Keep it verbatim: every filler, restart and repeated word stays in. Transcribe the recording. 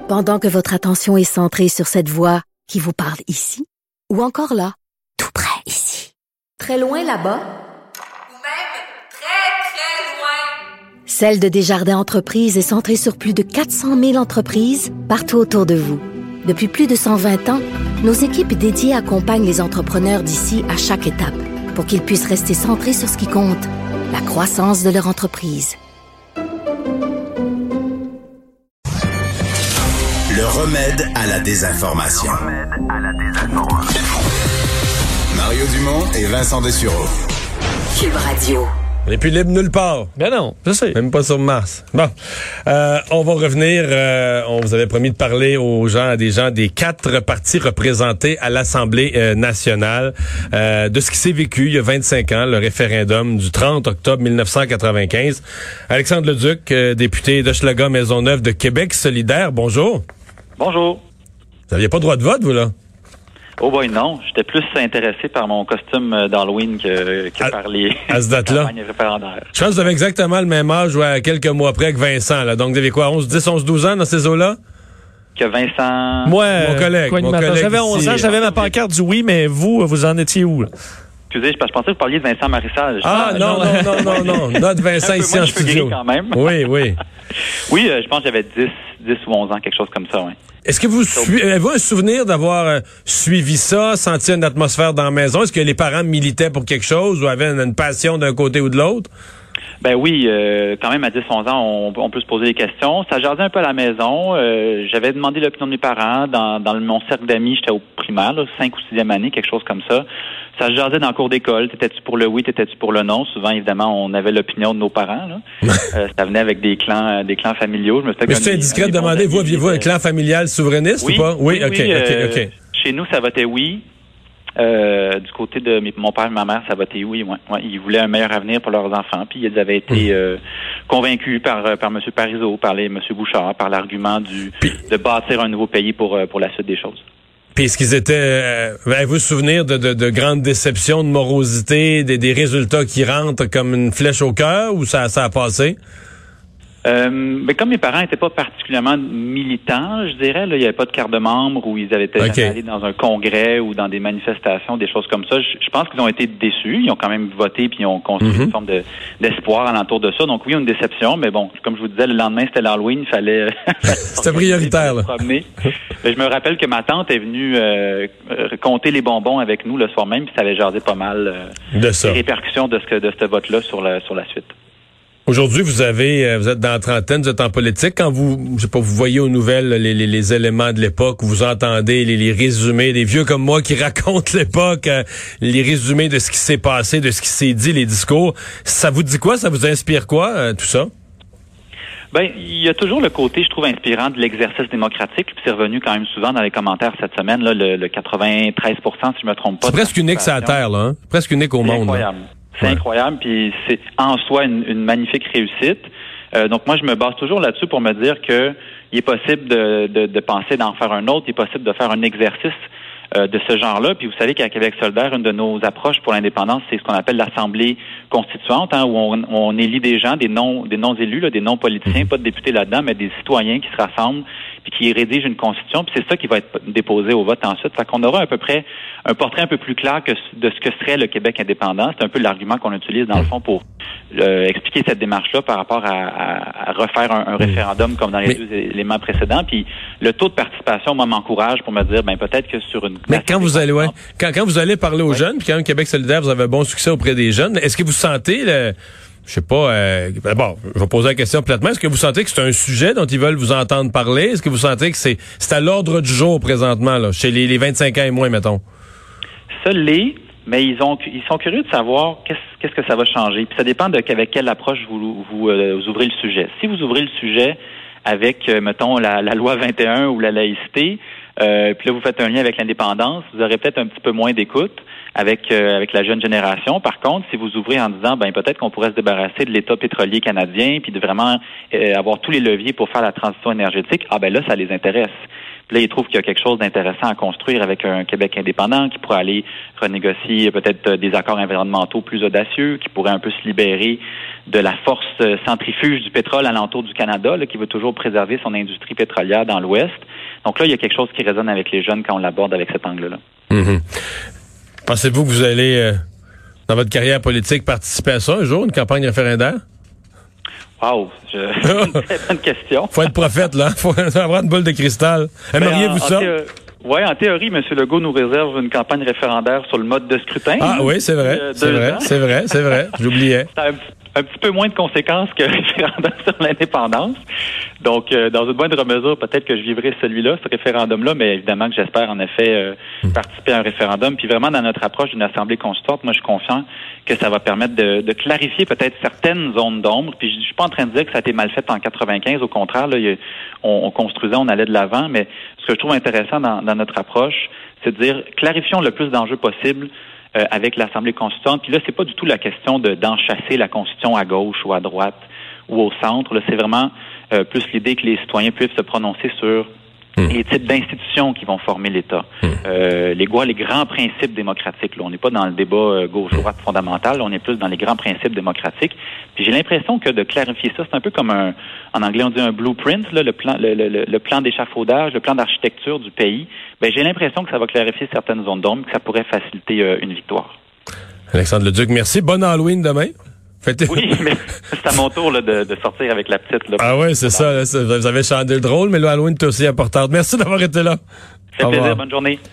Pendant que votre attention est centrée sur cette voix qui vous parle ici, ou encore là, tout près ici, très loin là-bas, ou même très, très loin. Celle de Desjardins Entreprises est centrée sur plus de quatre cent mille entreprises partout autour de vous. Depuis plus de cent vingt ans, nos équipes dédiées accompagnent les entrepreneurs d'ici à chaque étape pour qu'ils puissent rester centrés sur ce qui compte, la croissance de leur entreprise. Le remède à la désinformation. Le remède à la désinformation. Mario Dumont et Vincent Dessureau. Cube Radio. On n'est plus libre nulle part. Ben non, je sais. Même pas sur Mars. Bon, euh, on va revenir. Euh, on vous avait promis de parler aux gens, à des gens des quatre partis représentés à l'Assemblée euh, nationale, euh, de ce qui s'est vécu il y a vingt-cinq ans, le référendum du trente octobre mille neuf cent quatre-vingt-quinze. Alexandre Leduc, euh, député d'Hochelaga Maisonneuve de Québec solidaire. Bonjour. Bonjour. Vous n'aviez pas droit de vote, vous, là? Oh boy, non. J'étais plus intéressé par mon costume d'Halloween que, que à, par les à ce date-là. référendaires. Je pense que vous avez exactement le même âge ou à quelques mois près que Vincent. Là. Donc, vous avez quoi, onze, dix, onze, douze ans dans ces eaux-là? Que Vincent... Moi, mon collègue. Mon collègue j'avais onze ici. ans, j'avais ma pancarte du oui, mais vous, vous en étiez où, là? Excusez, je pensais que vous parliez de Vincent Marissage. Ah, ah non, non, non, non, non, non. Notre Vincent ici en studio. Quand même. Oui, oui. Oui, euh, je pense que j'avais dix, dix ou onze ans, quelque chose comme ça, oui. Est-ce que vous su- avez-vous un souvenir d'avoir euh, suivi ça, senti une atmosphère dans la maison? Est-ce que les parents militaient pour quelque chose ou avaient une, une passion d'un côté ou de l'autre? Ben oui, euh, quand même à dix onze ans, on, on peut se poser des questions. Ça jasait un peu à la maison. Euh, j'avais demandé l'opinion de mes parents. Dans, dans mon cercle d'amis, j'étais au primaire, là, cinq ou sixième année, quelque chose comme ça. Ça se jasait dans le cours d'école. T'étais-tu pour le oui, t'étais-tu pour le non? Souvent, évidemment, on avait l'opinion de nos parents. Là. euh, ça venait avec des clans, des clans familiaux. Je me Mais c'est indiscret de demander, vous, aviez-vous un clan familial souverainiste oui, ou pas? Oui, oui, OK, oui, OK, euh, OK. Chez nous, ça votait oui. Euh, du côté de mes, mon père et ma mère, ça votait oui. Ouais, ouais, ils voulaient un meilleur avenir pour leurs enfants. Puis ils avaient été euh, convaincus par par M. Parizeau, par les M. Bouchard, par l'argument du puis, de bâtir un nouveau pays pour pour la suite des choses. Puis est-ce qu'ils étaient, euh, avez-vous souvenir de, de, de grandes déceptions, de morosité, des, des résultats qui rentrent comme une flèche au cœur ou ça, ça a passé? Euh, mais comme mes parents n'étaient pas particulièrement militants, je dirais, là, il n'y avait pas de carte de membre ou ils avaient été okay. allés dans un congrès ou dans des manifestations, des choses comme ça. Je, je pense qu'ils ont été déçus. Ils ont quand même voté puis ils ont construit mm-hmm. une forme de, d'espoir alentour de ça. Donc oui, une déception, mais bon, comme je vous disais, le lendemain c'était l'Halloween, il fallait. C'était prioritaire, là. Mais je me rappelle que ma tante est venue euh, compter les bonbons avec nous le soir même, puis ça avait jasé pas mal euh, de ça. Les répercussions de ce de ce vote-là sur la sur la suite. Aujourd'hui, vous avez, vous êtes dans la trentaine, vous êtes en politique. Quand vous, je sais pas, vous voyez aux nouvelles les, les, les éléments de l'époque, vous entendez les, les résumés, des vieux comme moi qui racontent l'époque, euh, les résumés de ce qui s'est passé, de ce qui s'est dit, les discours. Ça vous dit quoi? Ça vous inspire quoi, euh, tout ça? Ben, il y a toujours le côté, je trouve, inspirant de l'exercice démocratique. Puis c'est revenu quand même souvent dans les commentaires cette semaine, là, le, le quatre-vingt-treize pour cent, si je me trompe pas. C'est presque unique sur la Terre, là. Hein? Presque unique au c'est monde. Incroyable. Là. C'est ouais. incroyable, puis c'est en soi une, une magnifique réussite. Euh, donc moi, je me base toujours là-dessus pour me dire que il est possible de, de, de penser d'en faire un autre, il est possible de faire un exercice euh, de ce genre-là. Puis vous savez qu'à Québec solidaire, une de nos approches pour l'indépendance, c'est ce qu'on appelle l'Assemblée constituante, hein, où on, on élit des gens, des non des non-élus, là, des non-politiciens, pas de députés là-dedans, mais des citoyens qui se rassemblent puis qui rédigent une constitution, puis c'est ça qui va être déposé au vote ensuite. Fait qu'on aura à peu près un portrait un peu plus clair que de ce que serait le Québec indépendant. C'est un peu l'argument qu'on utilise dans le fond pour euh, expliquer cette démarche-là par rapport à, à, à refaire un, un référendum comme dans les Mais... deux éléments précédents. Puis le taux de participation, moi, m'encourage pour me dire, ben peut-être que sur une... Mais quand vous allez, ouais, quand, quand vous allez parler aux ouais. jeunes, puis quand même Québec solidaire, vous avez un bon succès auprès des jeunes, est-ce que vous sentez le... Je sais pas, euh, bon, je vais poser la question platement. Est-ce que vous sentez que c'est un sujet dont ils veulent vous entendre parler? Est-ce que vous sentez que c'est, c'est à l'ordre du jour présentement, là, chez les, les vingt-cinq ans et moins, mettons? Ça l'est, mais ils ont ils sont curieux de savoir qu'est-ce, qu'est-ce que ça va changer. Puis ça dépend de avec quelle approche vous, vous, euh, vous ouvrez le sujet. Si vous ouvrez le sujet avec, euh, mettons, la, la loi vingt et un ou la laïcité, euh, puis là, vous faites un lien avec l'indépendance, vous aurez peut-être un petit peu moins d'écoute avec euh, avec la jeune génération. Par contre, si vous ouvrez en disant, ben peut-être qu'on pourrait se débarrasser de l'État pétrolier canadien, puis de vraiment euh, avoir tous les leviers pour faire la transition énergétique, ah ben là, ça les intéresse. Puis là, ils trouvent qu'il y a quelque chose d'intéressant à construire avec un Québec indépendant qui pourrait aller renégocier peut-être des accords environnementaux plus audacieux, qui pourrait un peu se libérer de la force centrifuge du pétrole alentour du Canada, là, qui veut toujours préserver son industrie pétrolière dans l'Ouest. Donc là, il y a quelque chose qui résonne avec les jeunes quand on l'aborde avec cet angle-là. Mm-hmm. Pensez-vous que vous allez, euh, dans votre carrière politique, participer à ça un jour, une campagne référendaire? Wow, je... c'est une très bonne question. Faut être prophète, là. Faut avoir une boule de cristal. Aimeriez-vous ça? Thé... Oui, en théorie, M. Legault nous réserve une campagne référendaire sur le mode de scrutin. Ah oui, c'est vrai, euh, c'est vrai, c'est vrai, c'est vrai. J'oubliais. C'est un, un petit peu moins de conséquences que le référendum sur l'indépendance. Donc, euh, dans une moindre mesure, peut-être que je vivrai celui-là, ce référendum-là, mais évidemment que j'espère en effet euh, mmh. participer à un référendum. Puis vraiment, dans notre approche d'une assemblée constituante, moi, je suis confiant que ça va permettre de, de clarifier peut-être certaines zones d'ombre. Puis je, je suis pas en train de dire que ça a été mal fait en quatre-vingt-quinze. Au contraire, là, il y a, on, on construisait, on allait de l'avant. Mais ce que je trouve intéressant dans, dans notre approche, c'est de dire clarifions le plus d'enjeux possible euh, avec l'Assemblée constituante. Puis là, c'est pas du tout la question de d'enchasser la Constitution à gauche ou à droite ou au centre. Là, c'est vraiment euh, plus l'idée que les citoyens puissent se prononcer sur Mmh. les types d'institutions qui vont former l'État, mmh. euh, les, les grands principes démocratiques. Là. On n'est pas dans le débat euh, gauche-droite fondamental, on est plus dans les grands principes démocratiques. Puis j'ai l'impression que de clarifier ça, c'est un peu comme un, en anglais on dit un blueprint, là, le plan, le, le, le plan d'échafaudage, le plan d'architecture du pays. Ben j'ai l'impression que ça va clarifier certaines zones d'ombre, que ça pourrait faciliter euh, une victoire. Alexandre Leduc, merci. Bonne Halloween demain. Faites... Oui, mais c'est à mon tour là, de, de sortir avec la petite. Là, ah oui, c'est ça, là, ça. Vous avez chanté le drôle, mais le Halloween est aussi importante. Merci d'avoir été là. Ça fait plaisir. Bonne journée.